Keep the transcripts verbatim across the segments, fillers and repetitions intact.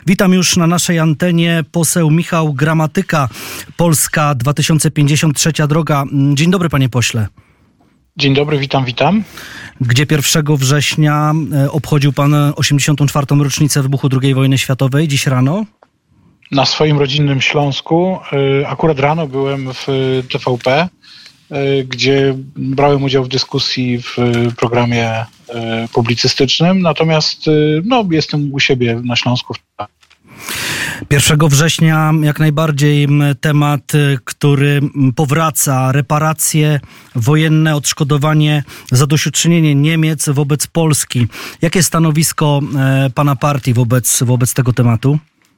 Witam już na naszej antenie poseł Michał Gramatyka, Polska dwa tysiące pięćdziesiąt, trzecia droga. Dzień dobry, panie pośle. Dzień dobry, witam, witam. Gdzie pierwszego września obchodził pan osiemdziesiątą czwartą rocznicę wybuchu drugiej wojny światowej, dziś rano? Na swoim rodzinnym Śląsku. Akurat rano byłem w T V P, gdzie brałem udział w dyskusji w programie publicystycznym, natomiast no, jestem u siebie na Śląsku. pierwszego września jak najbardziej temat, który powraca, reparacje wojenne, odszkodowanie, zadośćuczynienie Niemiec wobec Polski. Jakie jest stanowisko pana partii wobec, wobec tego tematu?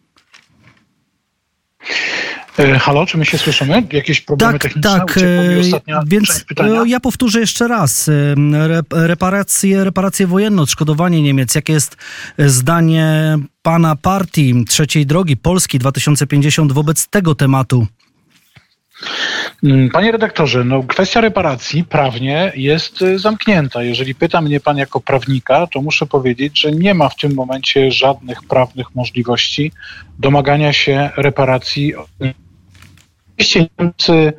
Halo, czy my się słyszymy? Jakieś problemy tak, techniczne? Tak, tak. Więc ja powtórzę jeszcze raz. Reparacje, reparacje wojenne, odszkodowanie Niemiec. Jakie jest zdanie pana partii Trzeciej Drogi Polski dwa tysiące pięćdziesiąt wobec tego tematu? Panie redaktorze, no kwestia reparacji prawnie jest zamknięta. Jeżeli pyta mnie pan jako prawnika, to muszę powiedzieć, że nie ma w tym momencie żadnych prawnych możliwości domagania się reparacji. Oczywiście Niemcy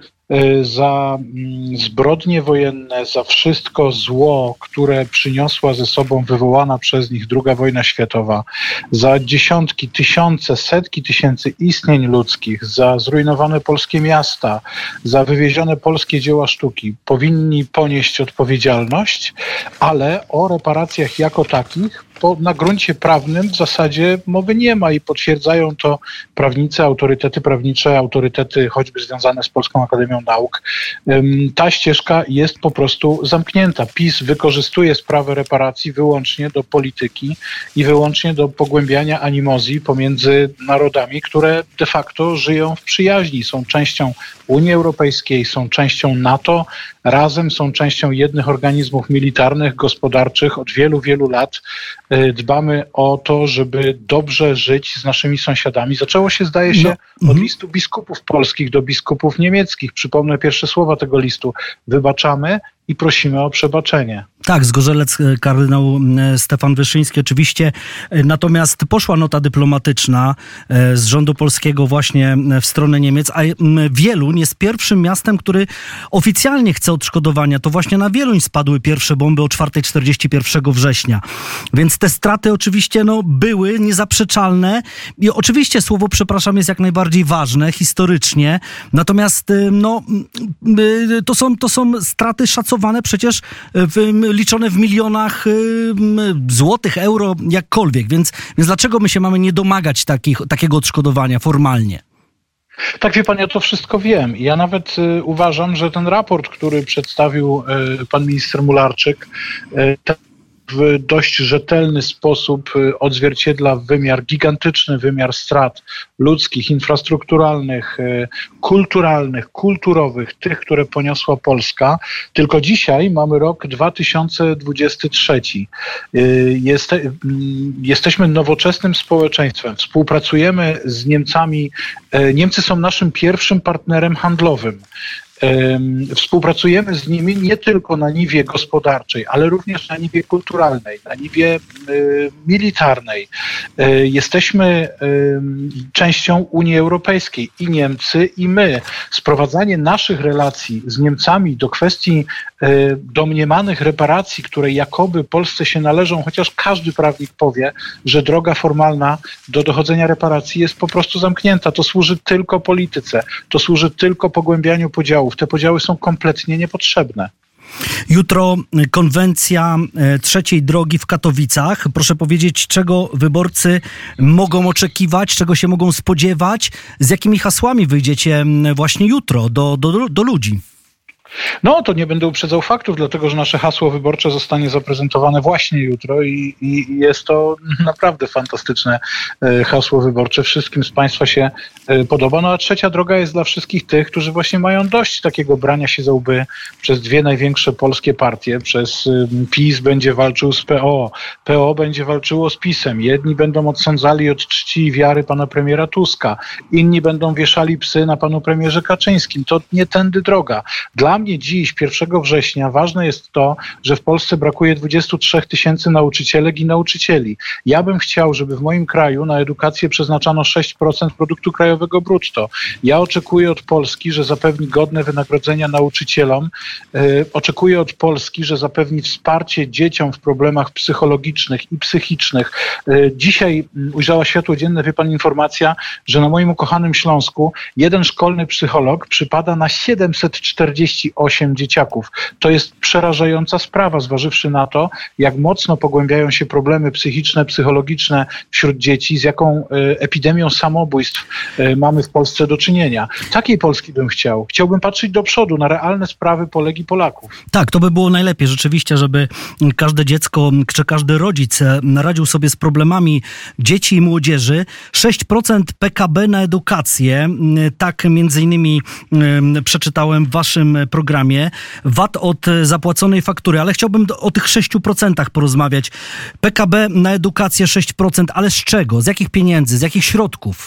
za zbrodnie wojenne, za wszystko zło, które przyniosła ze sobą wywołana przez nich druga wojna światowa, za dziesiątki, tysiące, setki tysięcy istnień ludzkich, za zrujnowane polskie miasta, za wywiezione polskie dzieła sztuki, powinni ponieść odpowiedzialność, ale o reparacjach jako takich po, na gruncie prawnym w zasadzie mowy nie ma i potwierdzają to prawnicy, autorytety prawnicze, autorytety choćby związane z Polską Akademią Nauk. Ta ścieżka jest po prostu zamknięta. PiS wykorzystuje sprawę reparacji wyłącznie do polityki i wyłącznie do pogłębiania animozji pomiędzy narodami, które de facto żyją w przyjaźni, są częścią Unii Europejskiej, są częścią NATO, razem są częścią jednych organizmów militarnych, gospodarczych. Od wielu, wielu lat dbamy o to, żeby dobrze żyć z naszymi sąsiadami. Zaczęło się, zdaje się, no. od listu biskupów polskich do biskupów niemieckich. Przypomnę pierwsze słowa tego listu. Wybaczamy i prosimy o przebaczenie. Tak, Zgorzelec, kardynał Stefan Wyszyński oczywiście. Natomiast poszła nota dyplomatyczna z rządu polskiego właśnie w stronę Niemiec, a Wieluń jest pierwszym miastem, który oficjalnie chce odszkodowania. To właśnie na Wieluń spadły pierwsze bomby o czwarta czterdzieści pierwszego września. Więc te straty oczywiście no, były niezaprzeczalne i oczywiście słowo przepraszam jest jak najbardziej ważne historycznie. Natomiast no, to są, to są straty szacowane przecież w, liczone w milionach y, złotych, euro, jakkolwiek. Więc, więc dlaczego my się mamy nie domagać takich, takiego odszkodowania formalnie? Tak, wie pan, ja to wszystko wiem. Ja nawet y, uważam, że ten raport, który przedstawił y, pan minister Mularczyk, y, ten w dość rzetelny sposób odzwierciedla wymiar, gigantyczny wymiar strat ludzkich, infrastrukturalnych, kulturalnych, kulturowych, tych, które poniosła Polska. Tylko dzisiaj mamy rok dwa tysiące dwudziesty trzeci. Jeste, jesteśmy nowoczesnym społeczeństwem. Współpracujemy z Niemcami. Niemcy są naszym pierwszym partnerem handlowym. Współpracujemy z nimi nie tylko na niwie gospodarczej, ale również na niwie kulturalnej, na niwie y, militarnej. Y, jesteśmy y, częścią Unii Europejskiej i Niemcy, i my. Sprowadzanie naszych relacji z Niemcami do kwestii y, domniemanych reparacji, które jakoby Polsce się należą, chociaż każdy prawnik powie, że droga formalna do dochodzenia reparacji jest po prostu zamknięta. To służy tylko polityce, to służy tylko pogłębianiu podziałów. Te podziały są kompletnie niepotrzebne. Jutro konwencja Trzeciej Drogi w Katowicach. Proszę powiedzieć, czego wyborcy mogą oczekiwać, czego się mogą spodziewać, z jakimi hasłami wyjdziecie właśnie jutro do, do, do ludzi? No, to nie będę uprzedzał faktów, dlatego że nasze hasło wyborcze zostanie zaprezentowane właśnie jutro i, i jest to naprawdę fantastyczne hasło wyborcze. Wszystkim z Państwa się podoba. No a Trzecia Droga jest dla wszystkich tych, którzy właśnie mają dość takiego brania się za łby przez dwie największe polskie partie. Przez PiS będzie walczył z P O, P O będzie walczyło z PiS-em. Jedni będą odsądzali od czci i wiary pana premiera Tuska, inni będą wieszali psy na panu premierze Kaczyńskim. To nie tędy droga. Dla mnie dziś, pierwszego września, ważne jest to, że w Polsce brakuje dwadzieścia trzy tysięcy nauczycielek i nauczycieli. Ja bym chciał, żeby w moim kraju na edukację przeznaczano sześć procent produktu krajowego brutto. Ja oczekuję od Polski, że zapewni godne wynagrodzenia nauczycielom. Yy, oczekuję od Polski, że zapewni wsparcie dzieciom w problemach psychologicznych i psychicznych. Yy, dzisiaj ujrzała światło dzienne, wie pan, informacja, że na moim ukochanym Śląsku jeden szkolny psycholog przypada na siedemset czterdzieści osiem dzieciaków. To jest przerażająca sprawa, zważywszy na to, jak mocno pogłębiają się problemy psychiczne, psychologiczne wśród dzieci, z jaką y, epidemią samobójstw y, mamy w Polsce do czynienia. Takiej Polski bym chciał. Chciałbym patrzeć do przodu na realne sprawy Polek i Polaków. Tak, to by było najlepiej rzeczywiście, żeby każde dziecko czy każdy rodzic radził sobie z problemami dzieci i młodzieży. sześć procent P K B na edukację, tak między innymi przeczytałem w waszym programie. V A T od zapłaconej faktury, ale chciałbym o tych sześciu procentach porozmawiać. P K B na edukację sześć procent, ale z czego? Z jakich pieniędzy? Z jakich środków?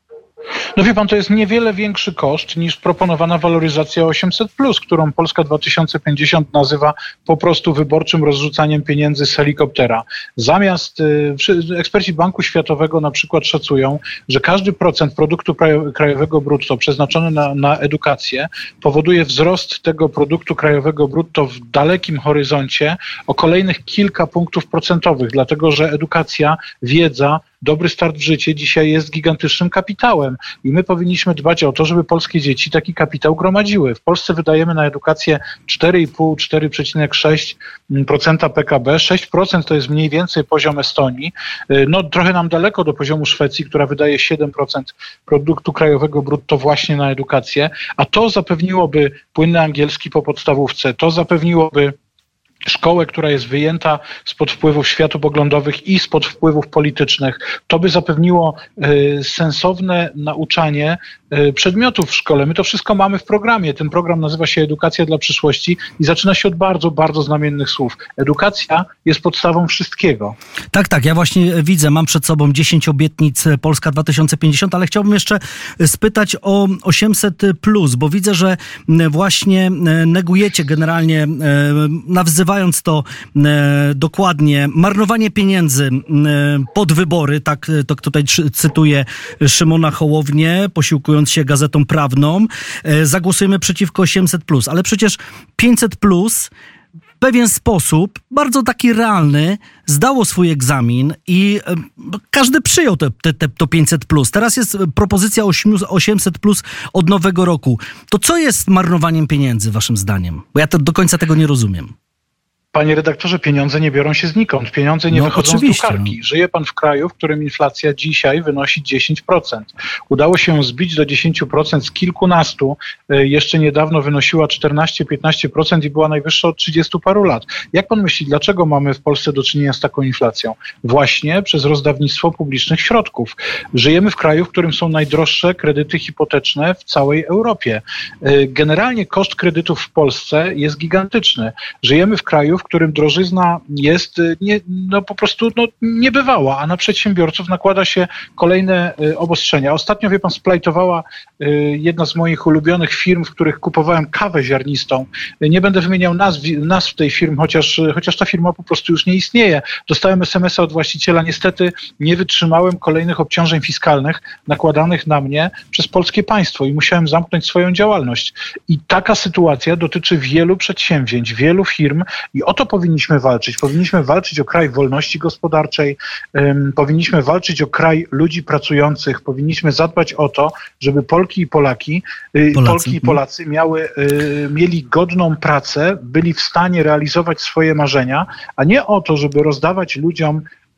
No wie pan, to jest niewiele większy koszt niż proponowana waloryzacja osiemset plus, którą Polska dwa tysiące pięćdziesiąt nazywa po prostu wyborczym rozrzucaniem pieniędzy z helikoptera. Zamiast, y, eksperci Banku Światowego na przykład szacują, że każdy procent produktu krajowego brutto przeznaczony na, na edukację powoduje wzrost tego produktu krajowego brutto w dalekim horyzoncie o kolejnych kilka punktów procentowych, dlatego że edukacja, wiedza, dobry start w życie dzisiaj jest gigantycznym kapitałem i my powinniśmy dbać o to, żeby polskie dzieci taki kapitał gromadziły. W Polsce wydajemy na edukację cztery i pół, cztery przecinek sześć procent P K B, sześć procent to jest mniej więcej poziom Estonii. No trochę nam daleko do poziomu Szwecji, która wydaje siedem procent produktu krajowego brutto właśnie na edukację, a to zapewniłoby płynny angielski po podstawówce, to zapewniłoby szkołę, która jest wyjęta spod wpływów światopoglądowych i spod wpływów politycznych. To by zapewniło y, sensowne nauczanie y, przedmiotów w szkole. My to wszystko mamy w programie. Ten program nazywa się Edukacja dla przyszłości i zaczyna się od bardzo, bardzo znamiennych słów. Edukacja jest podstawą wszystkiego. Tak, tak. Ja właśnie widzę, mam przed sobą dziesięć obietnic Polska dwa tysiące pięćdziesiąt, ale chciałbym jeszcze spytać o osiemset plus, bo widzę, że właśnie negujecie generalnie, nawzywając to e, dokładnie, marnowanie pieniędzy e, pod wybory, tak to tutaj cytuję Szymona Hołownię, posiłkując się Gazetą Prawną, e, zagłosujemy przeciwko osiemset plus, ale przecież pięćset plus w pewien sposób, bardzo taki realny, zdało swój egzamin i e, każdy przyjął te, te, te, to pięćset plus. Teraz jest propozycja osiemset plus od nowego roku. To co jest marnowaniem pieniędzy waszym zdaniem? Bo ja to do końca tego nie rozumiem. Panie redaktorze, pieniądze nie biorą się znikąd. Pieniądze nie no, wychodzą oczywiście. z drukarki. Żyje pan w kraju, w którym inflacja dzisiaj wynosi dziesięć procent. Udało się ją zbić do dziesięć procent z kilkunastu. Jeszcze niedawno wynosiła czternaście piętnaście procent i była najwyższa od trzydziestu paru lat. Jak pan myśli, dlaczego mamy w Polsce do czynienia z taką inflacją? Właśnie przez rozdawnictwo publicznych środków. Żyjemy w kraju, w którym są najdroższe kredyty hipoteczne w całej Europie. Generalnie koszt kredytów w Polsce jest gigantyczny. Żyjemy w kraju, w którym drożyzna jest nie, no po prostu no, niebywała, a na przedsiębiorców nakłada się kolejne y, obostrzenia. Ostatnio, wie pan, splajtowała y, jedna z moich ulubionych firm, w których kupowałem kawę ziarnistą. Y, nie będę wymieniał nazw, nazw tej firm, chociaż, y, chociaż ta firma po prostu już nie istnieje. Dostałem es em es a od właściciela. Niestety nie wytrzymałem kolejnych obciążeń fiskalnych nakładanych na mnie przez polskie państwo i musiałem zamknąć swoją działalność. I taka sytuacja dotyczy wielu przedsięwzięć, wielu firm i o to powinniśmy walczyć. Powinniśmy walczyć o kraj wolności gospodarczej, um, powinniśmy walczyć o kraj ludzi pracujących, powinniśmy zadbać o to, żeby Polki i Polaki, y, Polki i Polacy miały, y, mieli godną pracę, byli w stanie realizować swoje marzenia, a nie o to, żeby rozdawać ludziom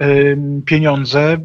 pieniądze,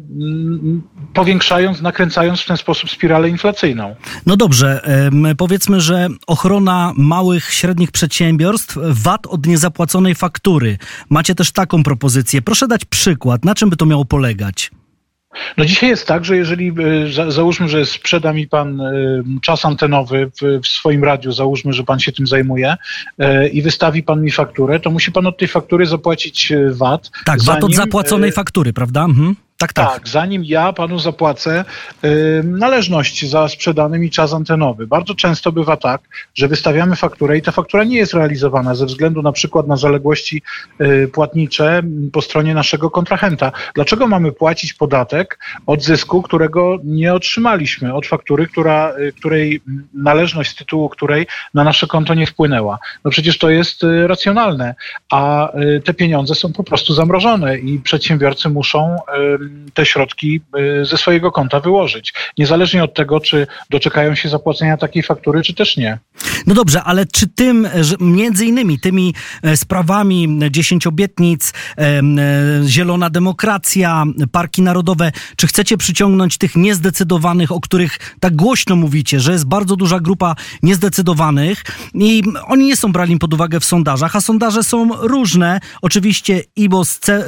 powiększając, nakręcając w ten sposób spiralę inflacyjną. No dobrze, powiedzmy, że ochrona małych, średnich przedsiębiorstw, V A T od niezapłaconej faktury. Macie też taką propozycję. Proszę dać przykład, na czym by to miało polegać? No dzisiaj jest tak, że jeżeli za, załóżmy, że sprzeda mi pan y, czas antenowy w, w swoim radiu, załóżmy, że pan się tym zajmuje y, i wystawi pan mi fakturę, to musi pan od tej faktury zapłacić V A T. Tak, zanim, V A T od zapłaconej y, faktury, prawda? Mhm. Tak, tak. Tak, zanim ja panu zapłacę y, należność za sprzedany mi czas antenowy. Bardzo często bywa tak, że wystawiamy fakturę i ta faktura nie jest realizowana ze względu na przykład na zaległości y, płatnicze po stronie naszego kontrahenta. Dlaczego mamy płacić podatek od zysku, którego nie otrzymaliśmy, od faktury, która, y, której należność z tytułu której na nasze konto nie wpłynęła? No przecież to jest y, racjonalne, a y, te pieniądze są po prostu zamrożone i przedsiębiorcy muszą y, te środki ze swojego konta wyłożyć. Niezależnie od tego, czy doczekają się zapłacenia takiej faktury, czy też nie. No dobrze, ale czy tym, że między innymi tymi sprawami dziesięć obietnic, zielona demokracja, parki narodowe, czy chcecie przyciągnąć tych niezdecydowanych, o których tak głośno mówicie, że jest bardzo duża grupa niezdecydowanych i oni nie są brani pod uwagę w sondażach, a sondaże są różne, oczywiście I B O S, C,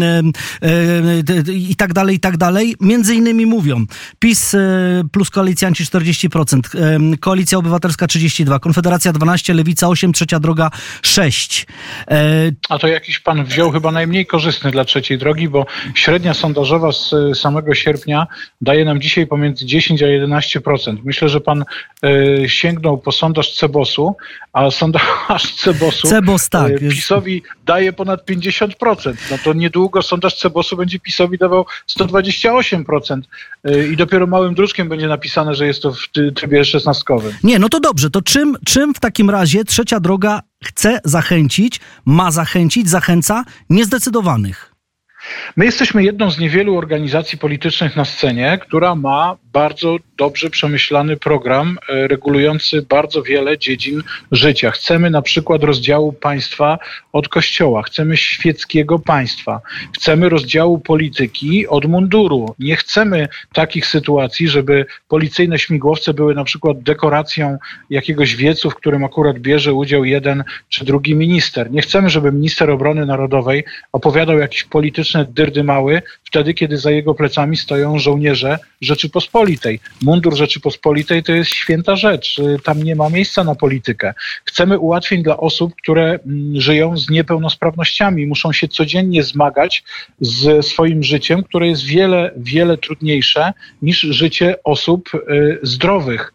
i tak dalej, i tak dalej. Między innymi mówią PiS plus koalicjanci czterdzieści procent, Koalicja Obywatelska trzydzieści dwa procent, Konfederacja dwanaście procent, Lewica osiem procent, Trzecia Droga sześć procent. A to jakiś pan wziął chyba najmniej korzystny dla Trzeciej Drogi, bo średnia sondażowa z samego sierpnia daje nam dzisiaj pomiędzy dziesięć a jedenaście procent. Myślę, że pan y, sięgnął po sondaż Cebosu, a sondaż Cebosu Cebos, tak, y, PiS-owi daje ponad pięćdziesiąt procent. No to niedługo sondaż Cebosu będzie PiS-owi dawał sto dwadzieścia osiem procent y, i dopiero małym druczkiem będzie napisane, że jest to w trybie szesnastkowym. Nie, no to dobrze, to czym, czym w takim razie Trzecia Droga chce zachęcić, ma zachęcić, zachęca niezdecydowanych? My jesteśmy jedną z niewielu organizacji politycznych na scenie, która ma bardzo dobrze przemyślany program regulujący bardzo wiele dziedzin życia. Chcemy na przykład rozdziału państwa od kościoła, chcemy świeckiego państwa, chcemy rozdziału polityki od munduru. Nie chcemy takich sytuacji, żeby policyjne śmigłowce były na przykład dekoracją jakiegoś wiecu, w którym akurat bierze udział jeden czy drugi minister. Nie chcemy, żeby minister obrony narodowej opowiadał jakieś polityczne dyrdymały wtedy, kiedy za jego plecami stoją żołnierze Rzeczypospolitej. Mundur Rzeczypospolitej to jest święta rzecz. Tam nie ma miejsca na politykę. Chcemy ułatwień dla osób, które żyją z niepełnosprawnościami. Muszą się codziennie zmagać z swoim życiem, które jest wiele, wiele trudniejsze niż życie osób y, zdrowych.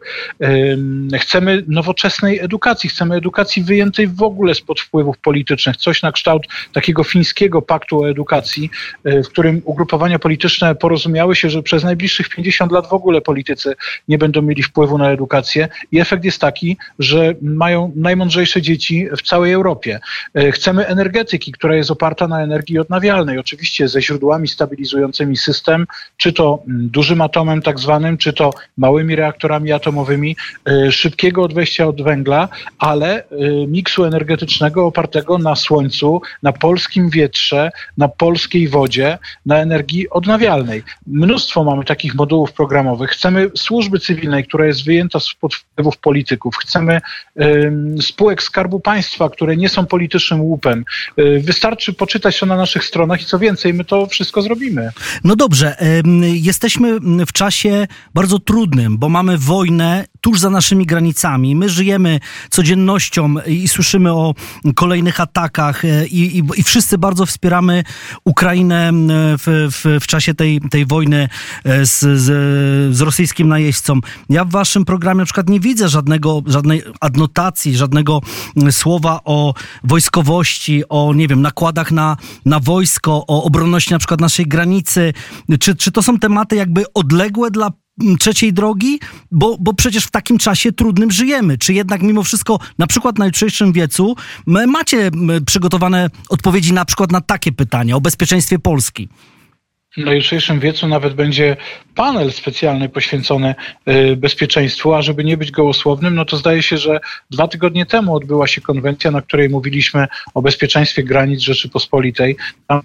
Y, chcemy nowoczesnej edukacji. Chcemy edukacji wyjętej w ogóle spod wpływów politycznych. Coś na kształt takiego fińskiego paktu o edukacji, y, w którym ugrupowania polityczne porozumiały się, że przez najbliższych pięćdziesiąt lat w ogóle politycy nie będą mieli wpływu na edukację i efekt jest taki, że mają najmądrzejsze dzieci w całej Europie. Chcemy energetyki, która jest oparta na energii odnawialnej, oczywiście ze źródłami stabilizującymi system, czy to dużym atomem tak zwanym, czy to małymi reaktorami atomowymi, szybkiego odwejścia od węgla, ale miksu energetycznego opartego na słońcu, na polskim wietrze, na polskiej wodzie, na energii odnawialnej. Mnóstwo mamy takich modułów programowych. Chcemy służby cywilnej, która jest wyjęta spod wpływów polityków. Chcemy um, spółek Skarbu Państwa, które nie są politycznym łupem. Y, wystarczy poczytać to na naszych stronach i co więcej, my to wszystko zrobimy. No dobrze, jesteśmy w czasie bardzo trudnym, bo mamy wojnę tuż za naszymi granicami. My żyjemy codziennością i słyszymy o kolejnych atakach i, i, i wszyscy bardzo wspieramy Ukrainę w, w, w czasie tej, tej wojny z, z, z rosyjskim najeźdźcą. Ja w waszym programie na przykład nie widzę żadnego, żadnej adnotacji, żadnego słowa o wojskowości, o, nie wiem, nakładach na, na wojsko, o obronności na przykład naszej granicy. Czy, czy to są tematy jakby odległe dla Trzeciej Drogi? Bo, bo przecież w takim czasie trudnym żyjemy. Czy jednak mimo wszystko, na przykład na jutrzejszym wiecu, macie przygotowane odpowiedzi na przykład na takie pytania o bezpieczeństwie Polski? Na jutrzejszym wiecu nawet będzie panel specjalny poświęcony y, bezpieczeństwu, a żeby nie być gołosłownym, no to zdaje się, że dwa tygodnie temu odbyła się konwencja, na której mówiliśmy o bezpieczeństwie granic Rzeczypospolitej. Tam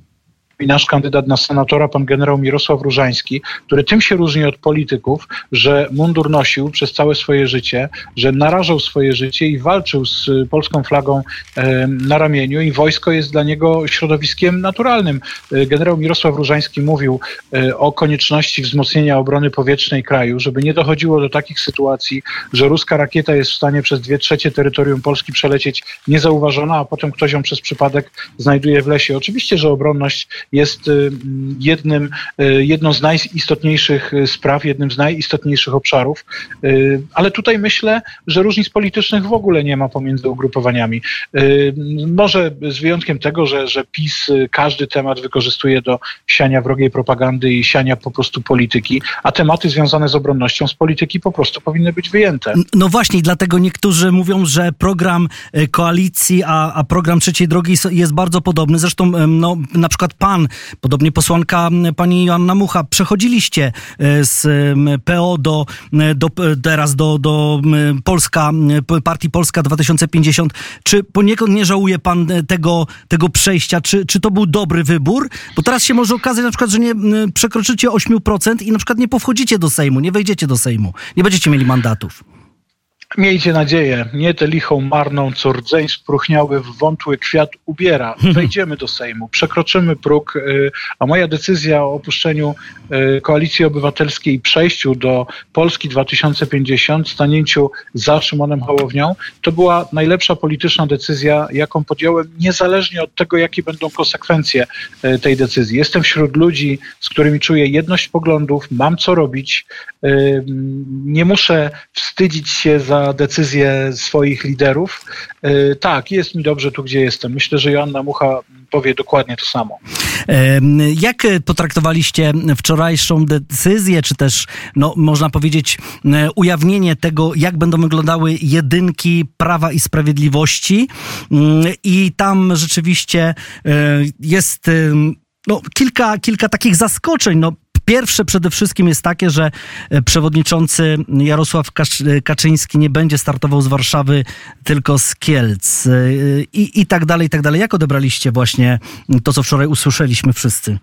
i nasz kandydat na senatora, pan generał Mirosław Różański, który tym się różni od polityków, że mundur nosił przez całe swoje życie, że narażał swoje życie i walczył z polską flagą e, na ramieniu i wojsko jest dla niego środowiskiem naturalnym. E, generał Mirosław Różański mówił e, o konieczności wzmocnienia obrony powietrznej kraju, żeby nie dochodziło do takich sytuacji, że ruska rakieta jest w stanie przez dwie trzecie terytorium Polski przelecieć niezauważona, a potem ktoś ją przez przypadek znajduje w lesie. Oczywiście, że obronność jest jednym, jedną z najistotniejszych spraw, jednym z najistotniejszych obszarów, ale tutaj myślę, że różnic politycznych w ogóle nie ma pomiędzy ugrupowaniami. Może z wyjątkiem tego, że, że PiS każdy temat wykorzystuje do siania wrogiej propagandy i siania po prostu polityki, a tematy związane z obronnością z polityki po prostu powinny być wyjęte. No właśnie, dlatego niektórzy mówią, że program koalicji, a, a program Trzeciej Drogi jest bardzo podobny. Zresztą no, na przykład pan, podobnie posłanka pani Joanna Mucha, przechodziliście z P O do, do teraz do, do Polska, partii Polska dwa tysiące pięćdziesiąt. Czy poniekąd nie żałuje pan tego, tego przejścia? Czy, czy to był dobry wybór? Bo teraz się może okazać na przykład, że nie przekroczycie osiem procent i na przykład nie powchodzicie do Sejmu, nie wejdziecie do Sejmu, nie będziecie mieli mandatów. Miejcie nadzieję, nie tę lichą marną, co rdzeń spróchniały w wątły kwiat ubiera. Wejdziemy do Sejmu, przekroczymy próg, a moja decyzja o opuszczeniu Koalicji Obywatelskiej i przejściu do Polski dwa tysiące pięćdziesiąt, stanięciu za Szymonem Hołownią, to była najlepsza polityczna decyzja, jaką podjąłem, niezależnie od tego, jakie będą konsekwencje tej decyzji. Jestem wśród ludzi, z którymi czuję jedność poglądów, mam co robić, nie muszę wstydzić się za decyzje swoich liderów. Tak, jest mi dobrze tu, gdzie jestem. Myślę, że Joanna Mucha powie dokładnie to samo. Jak potraktowaliście wczorajszą decyzję, czy też, no, można powiedzieć, ujawnienie tego, jak będą wyglądały jedynki Prawa i Sprawiedliwości? I tam rzeczywiście jest no, kilka, kilka takich zaskoczeń. No, pierwsze przede wszystkim jest takie, że przewodniczący Jarosław Kaczyński nie będzie startował z Warszawy, tylko z Kielc i, i tak dalej, i tak dalej. Jak odebraliście właśnie to, co wczoraj usłyszeliśmy wszyscy?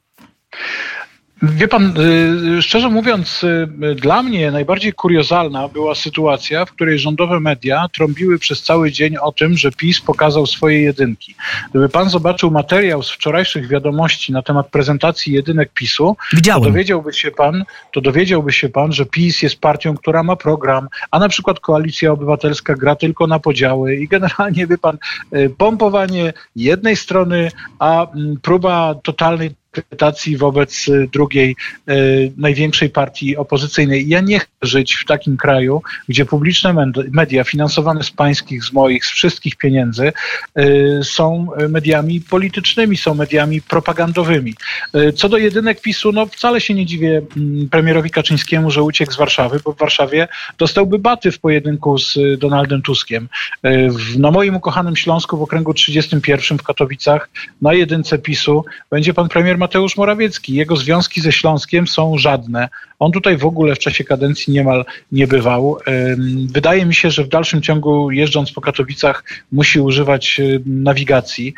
Wie pan, szczerze mówiąc, dla mnie najbardziej kuriozalna była sytuacja, w której rządowe media trąbiły przez cały dzień o tym, że PiS pokazał swoje jedynki. Gdyby pan zobaczył materiał z wczorajszych wiadomości na temat prezentacji jedynek PiSu, to dowiedziałby się pan, to dowiedziałby się pan, że PiS jest partią, która ma program, a na przykład Koalicja Obywatelska gra tylko na podziały i generalnie, wie pan, pompowanie jednej strony, a próba totalnej interpretacji wobec drugiej, e, największej partii opozycyjnej. Ja nie chcę żyć w takim kraju, gdzie publiczne media finansowane z pańskich, z moich, z wszystkich pieniędzy e, są mediami politycznymi, są mediami propagandowymi. E, co do jedynek PiSu, no wcale się nie dziwię m, premierowi Kaczyńskiemu, że uciekł z Warszawy, bo w Warszawie dostałby baty w pojedynku z Donaldem Tuskiem. E, w, na moim ukochanym Śląsku w okręgu trzydziestym pierwszym w Katowicach na jedynce PiSu będzie pan premier Mateusz Morawiecki. Jego związki ze Śląskiem są żadne. On tutaj w ogóle w czasie kadencji niemal nie bywał. Wydaje mi się, że w dalszym ciągu jeżdżąc po Katowicach musi używać nawigacji.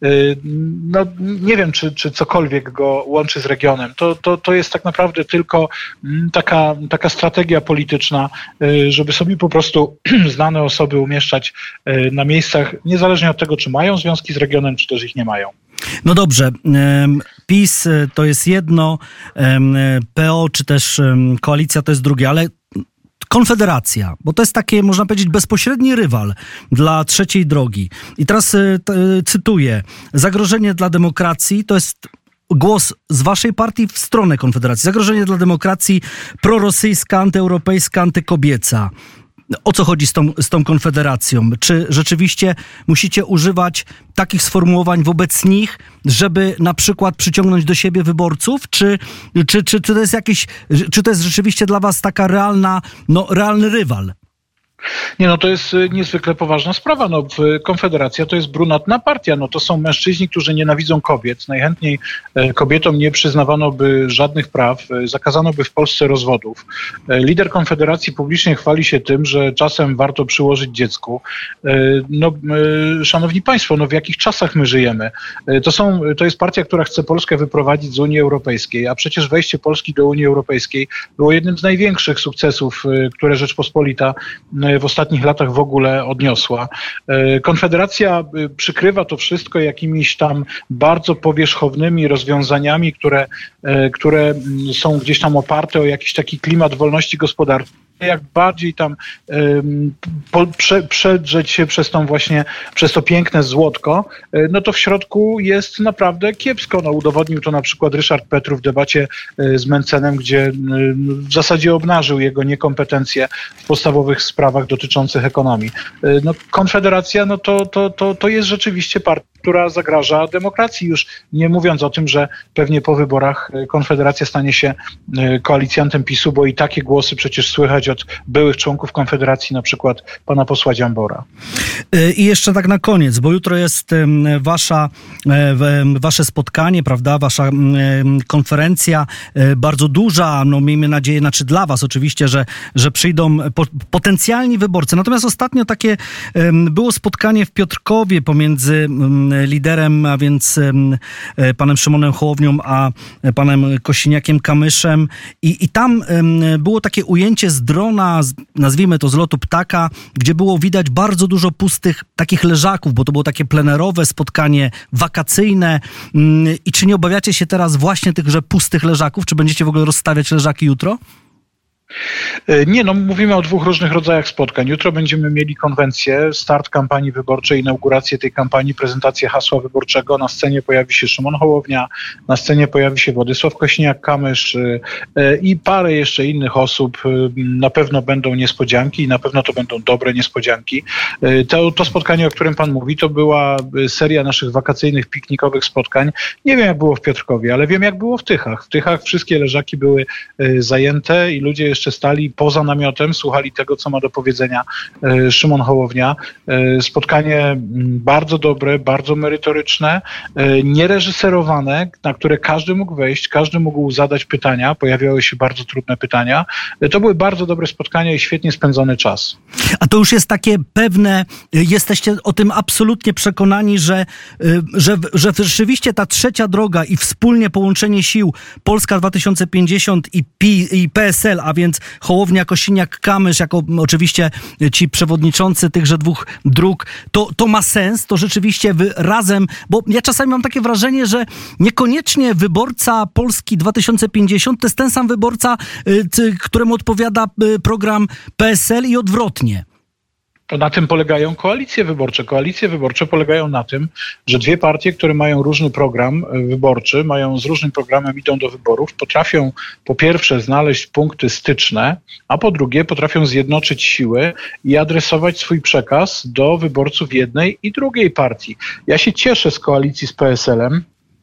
No, nie wiem, czy, czy cokolwiek go łączy z regionem. To, to, to jest tak naprawdę tylko taka, taka strategia polityczna, żeby sobie po prostu znane osoby umieszczać na miejscach, niezależnie od tego, czy mają związki z regionem, czy też ich nie mają. No dobrze, PiS to jest jedno, P O czy też koalicja to jest drugie, ale Konfederacja, bo to jest takie, można powiedzieć, bezpośredni rywal dla Trzeciej Drogi. I teraz cytuję, zagrożenie dla demokracji to jest głos z waszej partii w stronę Konfederacji. Zagrożenie dla demokracji prorosyjska, antyeuropejska, antykobieca. O co chodzi z tą, z tą Konfederacją? Czy rzeczywiście musicie używać takich sformułowań wobec nich, żeby na przykład przyciągnąć do siebie wyborców? Czy, czy, czy, czy to jest jakiś, czy to jest rzeczywiście dla was taka realna, no, realny rywal? Nie, no to jest niezwykle poważna sprawa. No, Konfederacja to jest brunatna partia. No, to są mężczyźni, którzy nienawidzą kobiet. Najchętniej kobietom nie przyznawano by żadnych praw. Zakazano by w Polsce rozwodów. Lider Konfederacji publicznie chwali się tym, że czasem warto przyłożyć dziecku. No, szanowni państwo, no w jakich czasach my żyjemy? To, są, to jest partia, która chce Polskę wyprowadzić z Unii Europejskiej, a przecież wejście Polski do Unii Europejskiej było jednym z największych sukcesów, które Rzeczpospolita w ostatnich latach w ogóle odniosła. Konfederacja przykrywa to wszystko jakimiś tam bardzo powierzchownymi rozwiązaniami, które, które są gdzieś tam oparte o jakiś taki klimat wolności gospodarczej. jak bardziej tam um, po, prze, przedrzeć się przez tą właśnie, przez to piękne złotko, no to w środku jest naprawdę kiepsko. No, udowodnił to na przykład Ryszard Petru w debacie z Mencenem, gdzie w zasadzie obnażył jego niekompetencje w podstawowych sprawach dotyczących ekonomii. No, Konfederacja, no to, to, to, to jest rzeczywiście partia, która zagraża demokracji, już nie mówiąc o tym, że pewnie po wyborach Konfederacja stanie się koalicjantem PiSu, bo i takie głosy przecież słychać od byłych członków Konfederacji, na przykład pana posła Dziambora. I jeszcze tak na koniec, bo jutro jest wasza, wasze spotkanie, prawda, wasza konferencja bardzo duża, no miejmy nadzieję, znaczy dla was oczywiście, że, że przyjdą potencjalni wyborcy. Natomiast ostatnio takie było spotkanie w Piotrkowie pomiędzy liderem, a więc panem Szymonem Hołownią, a panem Kosiniakiem-Kamyszem i, i tam było takie ujęcie z drona, nazwijmy to z lotu ptaka, gdzie było widać bardzo dużo pustych takich leżaków, bo to było takie plenerowe spotkanie wakacyjne. I czy nie obawiacie się teraz właśnie tychże pustych leżaków? Czy będziecie w ogóle rozstawiać leżaki jutro? Nie, no mówimy o dwóch różnych rodzajach spotkań. Jutro będziemy mieli konwencję, start kampanii wyborczej, inaugurację tej kampanii, prezentację hasła wyborczego. Na scenie pojawi się Szymon Hołownia, na scenie pojawi się Władysław Kosiniak-Kamysz i parę jeszcze innych osób. Na pewno będą niespodzianki i na pewno to będą dobre niespodzianki. To, to spotkanie, o którym pan mówi, to była seria naszych wakacyjnych, piknikowych spotkań. Nie wiem, jak było w Piotrkowie, ale wiem, jak było w Tychach. W Tychach wszystkie leżaki były zajęte i ludzie jeszcze stali poza namiotem, słuchali tego, co ma do powiedzenia e, Szymon Hołownia. E, spotkanie bardzo dobre, bardzo merytoryczne, e, niereżyserowane, na które każdy mógł wejść, każdy mógł zadać pytania, pojawiały się bardzo trudne pytania. E, to były bardzo dobre spotkania i świetnie spędzony czas. A to już jest takie pewne, jesteście o tym absolutnie przekonani, że, że, że rzeczywiście ta trzecia droga i wspólnie połączenie sił Polska dwa tysiące pięćdziesiąt i, Pi, i P S L, a więc Hołownia, Kosiniak-Kamysz, jako oczywiście ci przewodniczący tychże dwóch dróg, to, to ma sens, to rzeczywiście wy razem, bo ja czasami mam takie wrażenie, że niekoniecznie wyborca Polski dwa tysiące pięćdziesiąt to jest ten sam wyborca, któremu odpowiada program P S L i odwrotnie. To na tym polegają koalicje wyborcze. Koalicje wyborcze polegają na tym, że dwie partie, które mają różny program wyborczy, mają z różnym programem, idą do wyborów, potrafią po pierwsze znaleźć punkty styczne, a po drugie potrafią zjednoczyć siły i adresować swój przekaz do wyborców jednej i drugiej partii. Ja się cieszę z koalicji z P S L-em,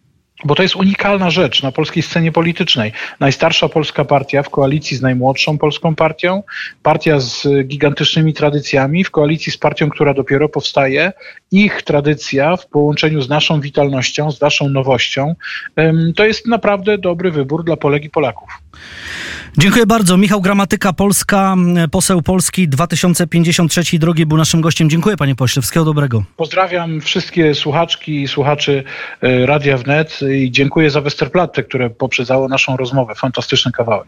bo to jest unikalna rzecz na polskiej scenie politycznej. Najstarsza polska partia w koalicji z najmłodszą polską partią, partia z gigantycznymi tradycjami w koalicji z partią, która dopiero powstaje. Ich tradycja w połączeniu z naszą witalnością, z naszą nowością, to jest naprawdę dobry wybór dla Polek i Polaków. Dziękuję bardzo. Michał Gramatyka, Polska, poseł Polski dwa tysiące pięćdziesiąt trzeciej drogi był naszym gościem. Dziękuję, panie pośle. Wszystkiego dobrego. Pozdrawiam wszystkie słuchaczki i słuchaczy Radia Wnet i dziękuję za Westerplatte, które poprzedzało naszą rozmowę. Fantastyczny kawałek.